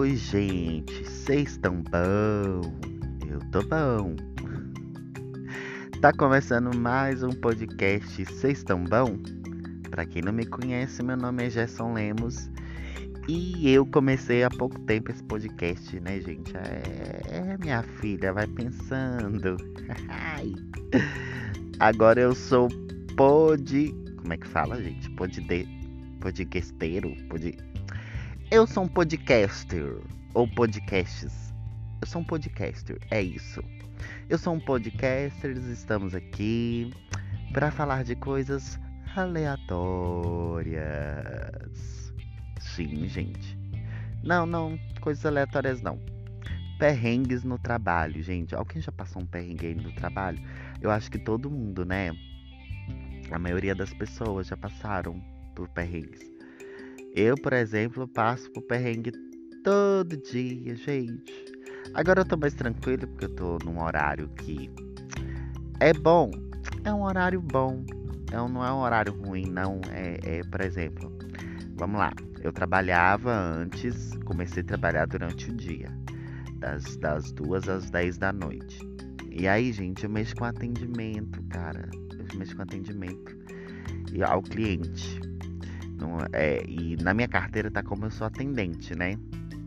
Oi, gente, vocês estão bom? Eu tô bom. Tá começando mais um podcast Vocês estão bom? Pra quem não me conhece, meu nome é Gerson Lemos e eu comecei há pouco tempo esse podcast, né, gente? Minha filha, vai pensando. Ai. Agora eu sou Como é que fala, gente? Podcasteiro? Eu sou um podcaster. Ou podcasts. Eu sou um podcaster, é isso. Eu sou um podcaster, estamos aqui para falar de coisas aleatórias. Sim, gente. Não, coisas aleatórias não. Perrengues no trabalho, gente. Alguém já passou um perrengue aí no trabalho? Eu acho que todo mundo, né? A maioria das pessoas já passaram por perrengues. Eu, por exemplo, passo por perrengue todo dia, gente. Agora eu tô mais tranquilo porque eu tô num horário que é bom. É um horário bom. Não é um horário ruim, não. Por exemplo, vamos lá. Eu trabalhava antes, comecei a trabalhar durante o dia, das 2 às 10 da noite. E aí, gente, eu mexo com atendimento, cara. Eu mexo com atendimento e ao cliente. E na minha carteira tá como eu sou atendente, né?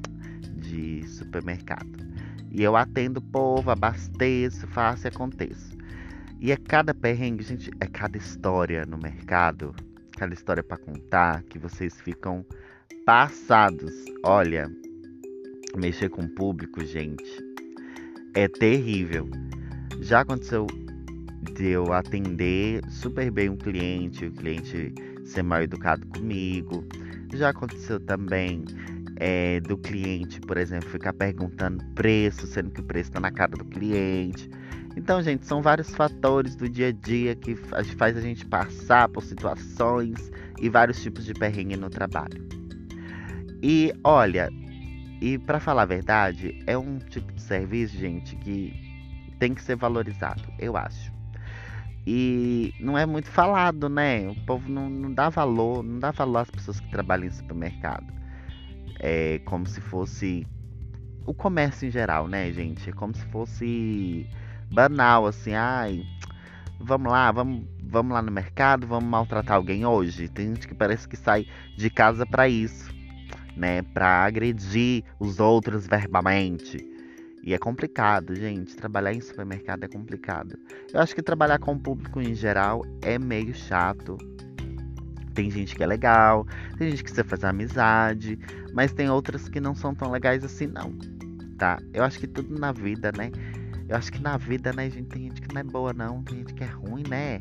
De supermercado. E eu atendo o povo, abasteço, faço e aconteço. E é cada perrengue, gente, é cada história no mercado, cada história pra contar que vocês ficam passados. Olha, mexer com o público, gente, é terrível. Já aconteceu de eu atender super bem um cliente, o cliente ser mal educado comigo. Já aconteceu também do cliente, por exemplo, ficar perguntando preço, sendo que o preço está na cara do cliente. Então, gente, são vários fatores do dia a dia que faz a gente passar por situações e vários tipos de perrengue no trabalho. E olha, para falar a verdade, é um tipo de serviço, gente, que tem que ser valorizado, eu acho. E não é muito falado, né? O povo não dá valor, não dá valor às pessoas que trabalham em supermercado. É como se fosse o comércio em geral, né, gente? É como se fosse banal, assim, ai, vamos lá no mercado, vamos maltratar alguém hoje. Tem gente que parece que sai de casa pra isso, né? Pra agredir os outros verbalmente. E é complicado, gente. Trabalhar em supermercado é complicado. Eu acho que trabalhar com o público em geral é meio chato. Tem gente que é legal, tem gente que você faz amizade, mas tem outras que não são tão legais assim, não, tá? Eu acho que tudo na vida, né? Eu acho que na vida, né, gente, tem gente que não é boa, não. Tem gente que é ruim, né?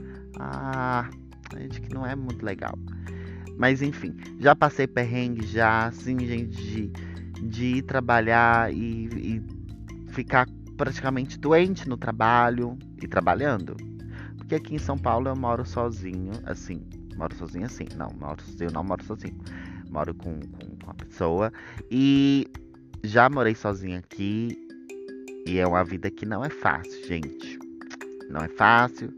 Ah, tem gente que não é muito legal. Mas enfim, já passei perrengue já, assim, gente, de ir trabalhar e ficar praticamente doente no trabalho e trabalhando. Porque aqui em São Paulo eu moro sozinho, assim. Moro sozinho assim, eu não moro sozinho. Moro com uma pessoa. E já morei sozinho aqui. E é uma vida que não é fácil, gente. Não é fácil.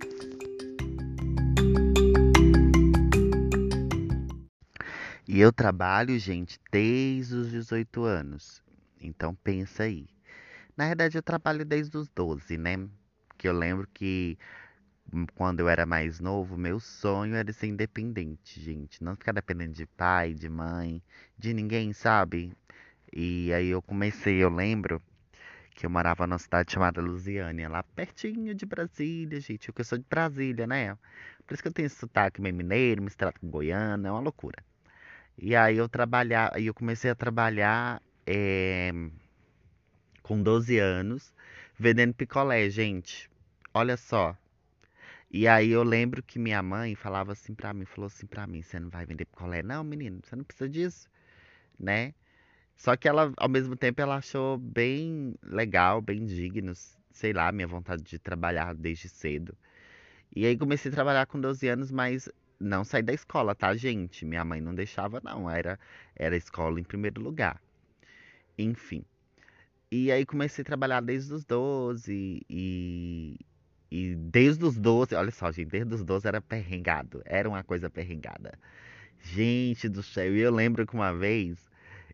E eu trabalho, gente, desde os 18 anos. Então pensa aí. Na verdade, eu trabalho desde os 12, né? Que eu lembro que quando eu era mais novo, meu sonho era ser independente, gente. Não ficar dependendo de pai, de mãe, de ninguém, sabe? E aí eu lembro que eu morava numa cidade chamada Lusiânia, lá pertinho de Brasília, gente. Eu sou de Brasília, né? Por isso que eu tenho esse sotaque meio mineiro, misturado com goiano, é uma loucura. E eu comecei a trabalhar com 12 anos, vendendo picolé, gente. Olha só. E aí eu lembro que minha mãe falou assim pra mim, você não vai vender picolé? Não, menino, você não precisa disso, né? Só que ela, ao mesmo tempo, ela achou bem legal, bem digno, sei lá, minha vontade de trabalhar desde cedo. E aí comecei a trabalhar com 12 anos, mas não saí da escola, tá, gente? Minha mãe não deixava, não. Era escola em primeiro lugar. Enfim. E aí comecei a trabalhar desde os 12 e desde os 12, olha só, gente, desde os 12 era perrengado. Era uma coisa perrengada. Gente do céu, e eu lembro que uma vez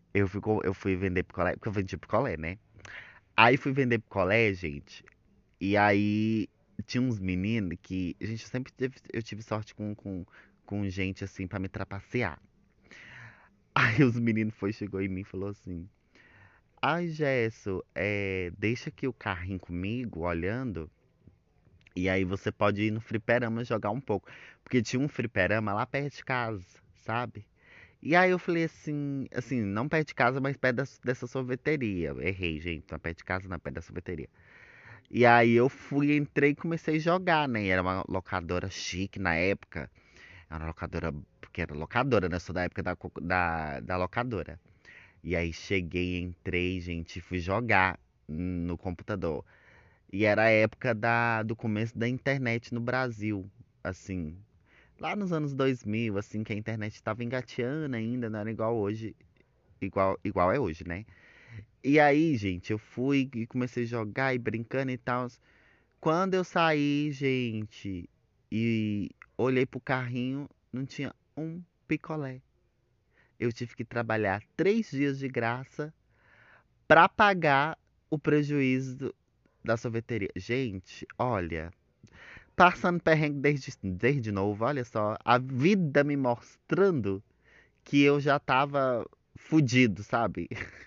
eu fui vender picolé, porque eu vendi picolé, né? Aí fui vender picolé, gente. E aí tinha uns meninos que. Gente, eu tive sorte com gente assim pra me trapacear. Aí os meninos chegou em mim e falou assim: Ai, Gesso, deixa aqui o carrinho comigo, olhando. E aí você pode ir no fliperama jogar um pouco. Porque tinha um fliperama lá perto de casa, sabe? E aí eu falei assim, não perto de casa, mas perto dessa sorveteria. Errei, gente, não é perto de casa, não é perto da sorveteria. E aí eu fui, entrei e comecei a jogar, né? E era uma locadora chique na época. Era uma locadora, porque era locadora, né? Sou da época da locadora. E aí cheguei, entrei, gente, e fui jogar no computador. E era a época do começo da internet no Brasil, assim. Lá nos anos 2000, assim, que a internet estava engateando ainda, não era igual hoje, igual é hoje, né? E aí, gente, eu fui e comecei a jogar e brincando e tal. Quando eu saí, gente, e olhei pro carrinho, não tinha um picolé. Eu tive que trabalhar 3 dias de graça pra pagar o prejuízo da sorveteria. Gente, olha, passando perrengue desde novo, olha só, a vida me mostrando que eu já tava fudido, sabe?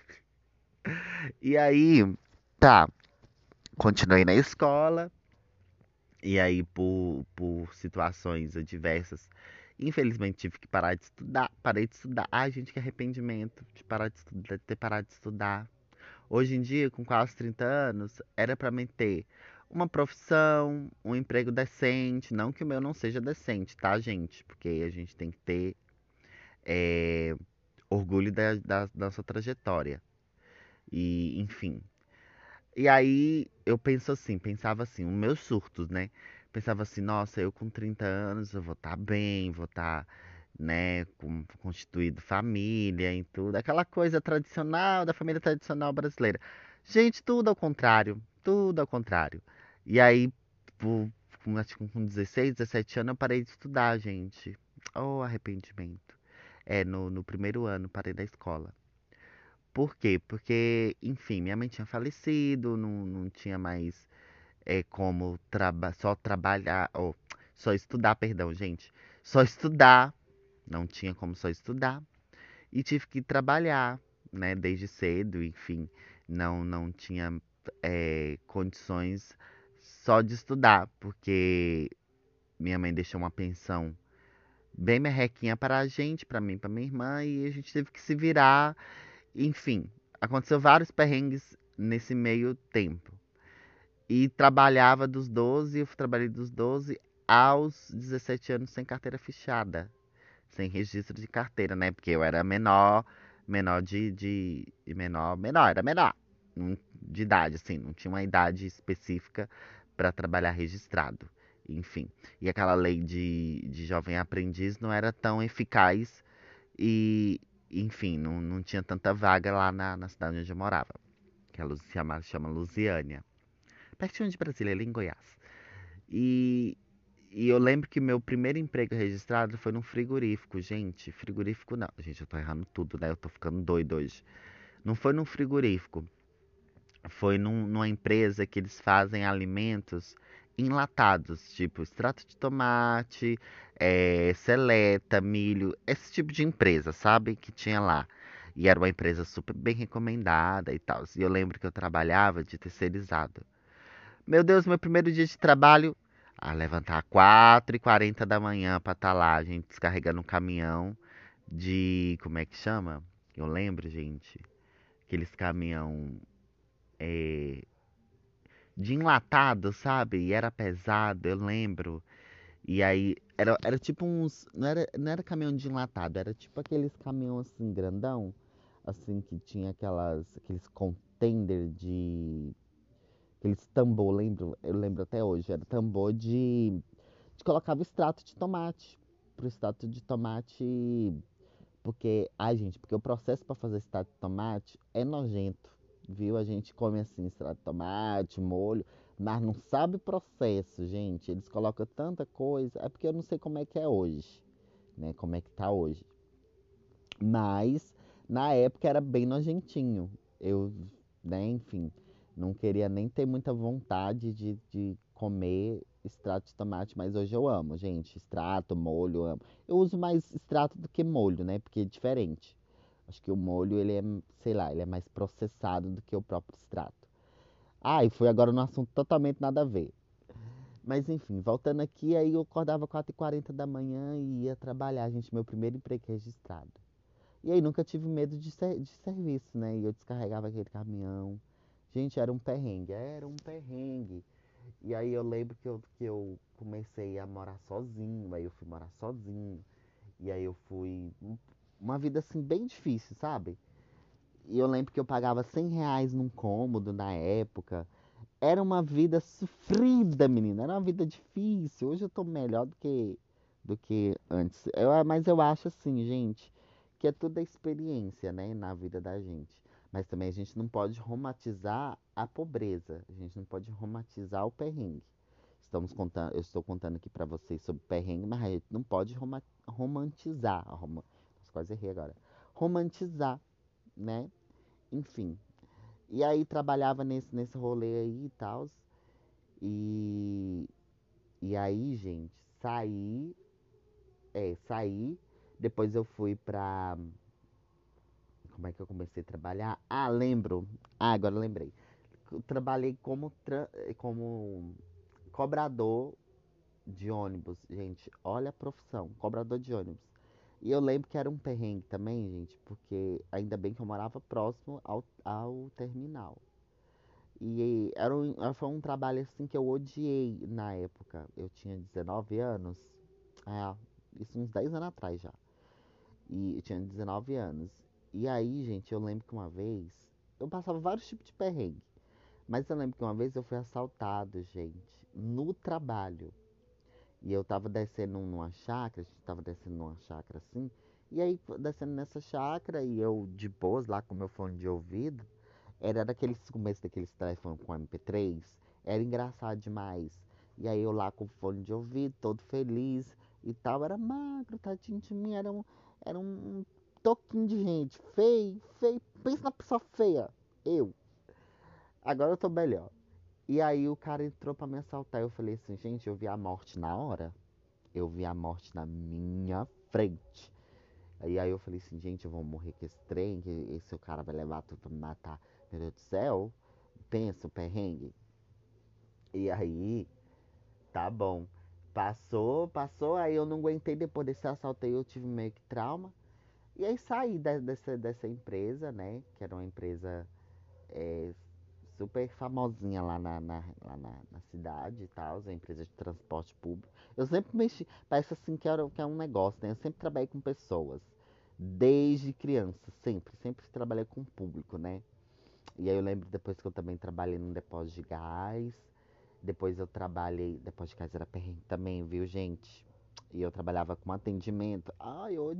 E aí, tá, continuei na escola, e aí por situações adversas, infelizmente tive que parar de estudar, parei de estudar. Ai, gente, que arrependimento de parar de estudar, de ter parado de estudar. Hoje em dia, com quase 30 anos, era pra mim ter uma profissão, um emprego decente. Não que o meu não seja decente, tá, gente? Porque a gente tem que ter é, orgulho da sua trajetória. E, enfim. E aí eu pensava assim, os meus surtos, né? Pensava assim, nossa, eu com 30 anos eu vou estar bem, vou estar, né, constituído família e tudo. Aquela coisa tradicional, da família tradicional brasileira. Gente, tudo ao contrário, tudo ao contrário. E aí, por- acho que com 16, 17 anos, eu parei de estudar, gente. Oh, arrependimento. No primeiro ano, parei da escola. Por quê? Porque, enfim, minha mãe tinha falecido, não tinha mais como só trabalhar, ou só estudar, perdão, gente. Só estudar, não tinha como só estudar. E tive que trabalhar, né, desde cedo, enfim, não tinha condições só de estudar, porque minha mãe deixou uma pensão bem merrequinha para a gente, para mim, para minha irmã, e a gente teve que se virar. Enfim, aconteceu vários perrengues nesse meio tempo. E trabalhava dos 12, eu trabalhei dos 12 aos 17 anos sem carteira fechada, sem registro de carteira, né? Porque eu era menor era menor de idade, assim, não tinha uma idade específica para trabalhar registrado, enfim. E aquela lei de jovem aprendiz não era tão eficaz e, enfim, não tinha tanta vaga lá na cidade onde eu morava, que chama Lusiânia, pertinho de Brasília, ali em Goiás. E, e eu lembro que meu primeiro emprego registrado foi num frigorífico. Gente, frigorífico não. Gente, eu tô errando tudo, né? Eu tô ficando doido hoje. Não foi num frigorífico. Foi numa empresa que eles fazem alimentos enlatados, tipo extrato de tomate, seleta, milho, esse tipo de empresa, sabe? Que tinha lá. E era uma empresa super bem recomendada e tal. E eu lembro que eu trabalhava de terceirizado. Meu Deus, meu primeiro dia de trabalho, a levantar 4h40 da manhã pra estar lá, a gente descarregando um caminhão de, como é que chama? Eu lembro, gente, aqueles caminhão é, de enlatado, sabe? E era pesado, eu lembro. E aí, era tipo uns, não era caminhão de enlatado, era tipo aqueles caminhão assim, grandão, assim, que tinha aqueles container aqueles tambor, eu lembro até hoje, era tambor de colocava extrato de tomate. Pro extrato de tomate, porque, ai gente, porque o processo para fazer extrato de tomate é nojento, viu? A gente come assim, extrato de tomate, molho, mas não sabe o processo, gente. Eles colocam tanta coisa, é porque eu não sei como é que é hoje, né? Como é que tá hoje. Mas Na época era bem nojentinho. Eu, né, enfim, não queria nem ter muita vontade de comer extrato de tomate, mas hoje eu amo, gente. Extrato, molho, eu amo. Eu uso mais extrato do que molho, né? Porque é diferente. Acho que o molho, ele é, sei lá, ele é mais processado do que o próprio extrato. Ah, e foi agora num assunto totalmente nada a ver. Mas enfim, voltando aqui, aí eu acordava 4h40 da manhã e ia trabalhar, gente, meu primeiro emprego registrado. E aí nunca tive medo de serviço, né? E eu descarregava aquele caminhão. Gente, era um perrengue, era um perrengue. E aí eu lembro que eu comecei a morar sozinho, aí eu fui morar sozinho. E aí eu fui. Uma vida assim bem difícil, sabe? E eu lembro que eu pagava R$ 100 num cômodo na época. Era uma vida sofrida, menina. Era uma vida difícil. Hoje eu tô melhor do que antes. Mas eu acho assim, gente, que é tudo a experiência, né, na vida da gente. Mas também a gente não pode romantizar a pobreza. A gente não pode romantizar o perrengue. Eu estou contando aqui pra vocês sobre perrengue, mas a gente não pode romantizar. Quase errei agora. Romantizar, né? Enfim. E aí trabalhava nesse rolê aí e tal. E, e aí, gente, saí. Depois eu fui pra. Como é que eu comecei a trabalhar? Ah, lembro. Ah, agora eu lembrei. Eu trabalhei como cobrador de ônibus, gente. Olha a profissão, cobrador de ônibus. E eu lembro que era um perrengue também, gente, porque ainda bem que eu morava próximo ao terminal. E foi um trabalho assim que eu odiei na época. Eu tinha 19 anos. É, isso uns 10 anos atrás já. E eu tinha 19 anos. E aí, gente, eu lembro que uma vez. Eu passava vários tipos de perrengue. Mas eu lembro que uma vez eu fui assaltado, gente, no trabalho. E eu tava descendo numa chácara, a gente tava descendo numa chácara assim. E aí, descendo nessa chácara, e eu de boas lá com meu fone de ouvido. Era daqueles começo daqueles telefones com MP3. Era engraçado demais. E aí eu lá com o fone de ouvido, todo feliz e tal. Era magro, tadinho de mim. Era um toquinho de gente. Feio, feio. Pensa na pessoa feia. Eu. Agora eu tô melhor. E aí o cara entrou pra me assaltar. Eu falei assim, gente, eu vi a morte na hora. Eu vi a morte na minha frente. Aí eu falei assim, gente, eu vou morrer com esse trem, que esse cara vai levar tudo pra me matar. Meu Deus do céu. Pensa o perrengue. E aí, tá bom. Passou, aí eu não aguentei. Depois desse assalto aí, eu tive meio que trauma. E aí saí dessa empresa, né? Que era uma empresa é, super famosinha lá na cidade e tal, a empresa de transporte público. Eu sempre mexi, parece assim que é um negócio, né? Eu sempre trabalhei com pessoas, desde criança, sempre trabalhei com público, né? E aí eu lembro depois que eu também trabalhei num depósito de gás, depois eu trabalhei, depósito de gás era perrengue também, viu, gente? E eu trabalhava com atendimento. Ai, eu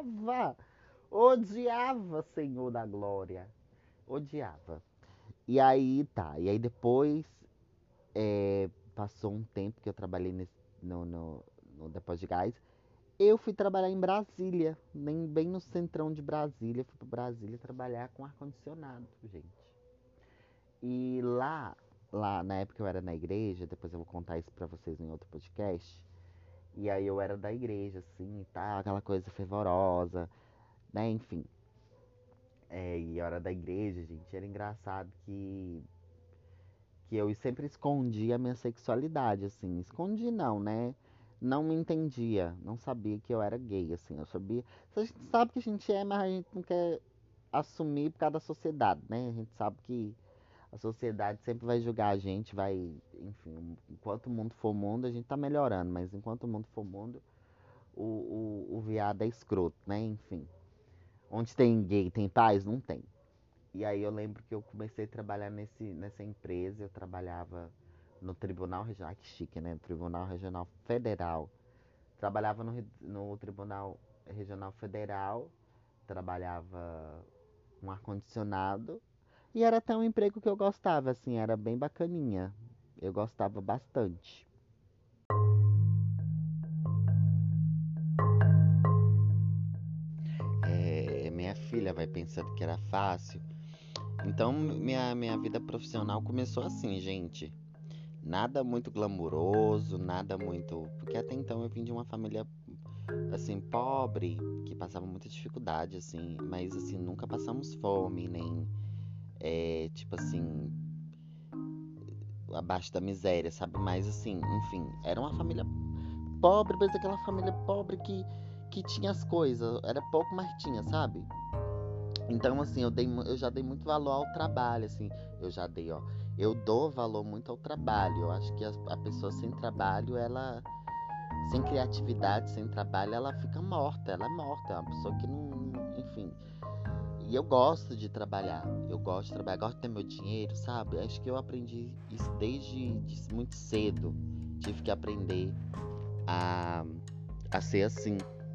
odiava, Senhor da Glória, odiava. E aí tá. E aí depois passou um tempo que eu trabalhei no depósito de gás. Eu fui trabalhar em Brasília, bem no centrão de Brasília. Fui para Brasília trabalhar com ar-condicionado, gente. E lá na época eu era na igreja, depois eu vou contar isso pra vocês em outro podcast. E aí eu era da igreja, assim, e tal, aquela coisa fervorosa, né? Enfim. E eu era da igreja, gente. Era engraçado que eu sempre escondi a minha sexualidade, assim. Escondi não, né? Não me entendia, não sabia que eu era gay, assim. Eu sabia. A gente sabe que a gente é, mas a gente não quer assumir por causa da sociedade, né? A gente sabe que a sociedade sempre vai julgar a gente, vai. Enfim, enquanto o mundo for mundo, a gente tá melhorando, mas enquanto o mundo for mundo, o viado é escroto, né? Enfim. Onde tem gay, tem paz? Não tem. E aí eu lembro que eu comecei a trabalhar nessa empresa, eu trabalhava no Tribunal Regional, que chique, né? Tribunal Regional Federal. Trabalhava no Tribunal Regional Federal, trabalhava com ar-condicionado. E era até um emprego que eu gostava, assim, era bem bacaninha. Eu gostava bastante. Minha filha, vai pensando que era fácil. Então, minha vida profissional começou assim, gente. Nada muito glamuroso, nada muito. Porque até então eu vim de uma família, assim, pobre, que passava muita dificuldade, assim. Mas, assim, nunca passamos fome, nem, tipo assim, abaixo da miséria, sabe? Mas, assim, enfim, era uma família pobre, mas aquela família pobre que tinha as coisas. Era pouco, mas tinha, sabe? Então, assim, eu já dei muito valor ao trabalho, assim. Eu já dei, ó. Eu dou valor muito ao trabalho. Eu acho que a pessoa sem trabalho, ela. Sem criatividade, sem trabalho, ela fica morta. Ela é morta. É uma pessoa que não. Enfim. E eu gosto de trabalhar. Eu gosto de trabalhar. Gosto de ter meu dinheiro, sabe? Acho que eu aprendi isso desde muito cedo. Tive que aprender a, a ser assim.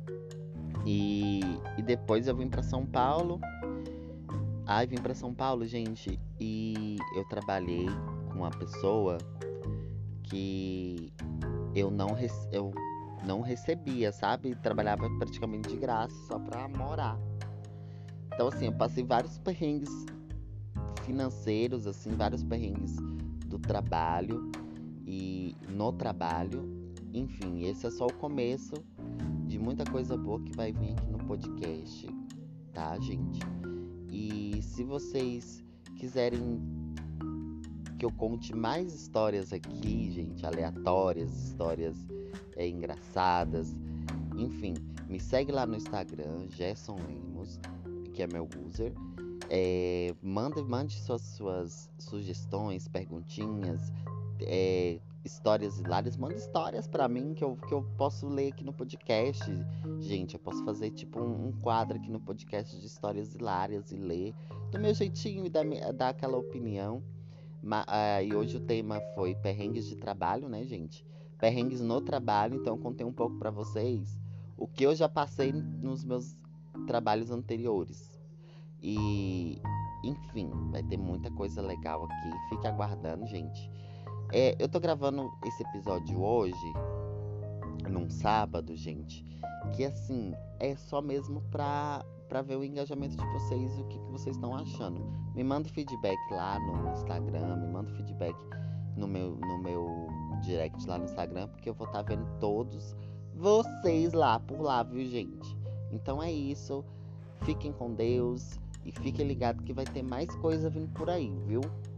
E depois eu vim pra São Paulo. Ai, vim pra São Paulo, gente, e eu trabalhei com uma pessoa que eu não recebia, sabe? Trabalhava praticamente de graça só pra morar. Então, assim, eu passei vários perrengues financeiros, assim, vários perrengues do trabalho e no trabalho. Enfim, esse é só o começo de muita coisa boa que vai vir aqui no podcast, tá, gente? E se vocês quiserem que eu conte mais histórias aqui, gente, aleatórias, histórias engraçadas, enfim, me segue lá no Instagram, Gerson Lemos, que é meu user. Mande suas sugestões, perguntinhas, histórias hilárias. Manda histórias pra mim que eu posso ler aqui no podcast. Gente, eu posso fazer tipo um quadro aqui no podcast de histórias hilárias e ler do meu jeitinho e dar aquela opinião. E hoje o tema foi perrengues de trabalho, né, gente? Perrengues no trabalho, então eu contei um pouco pra vocês o que eu já passei nos meus trabalhos anteriores. E, enfim, vai ter muita coisa legal aqui. Fique aguardando, gente. Eu tô gravando esse episódio hoje, num sábado, gente, que assim, é só mesmo pra ver o engajamento de vocês e o que vocês estão achando. Me manda feedback lá no Instagram, me manda feedback no meu direct lá no Instagram, porque eu vou estar vendo todos vocês lá, por lá, viu, gente? Então é isso. Fiquem com Deus e fiquem ligados que vai ter mais coisa vindo por aí, viu?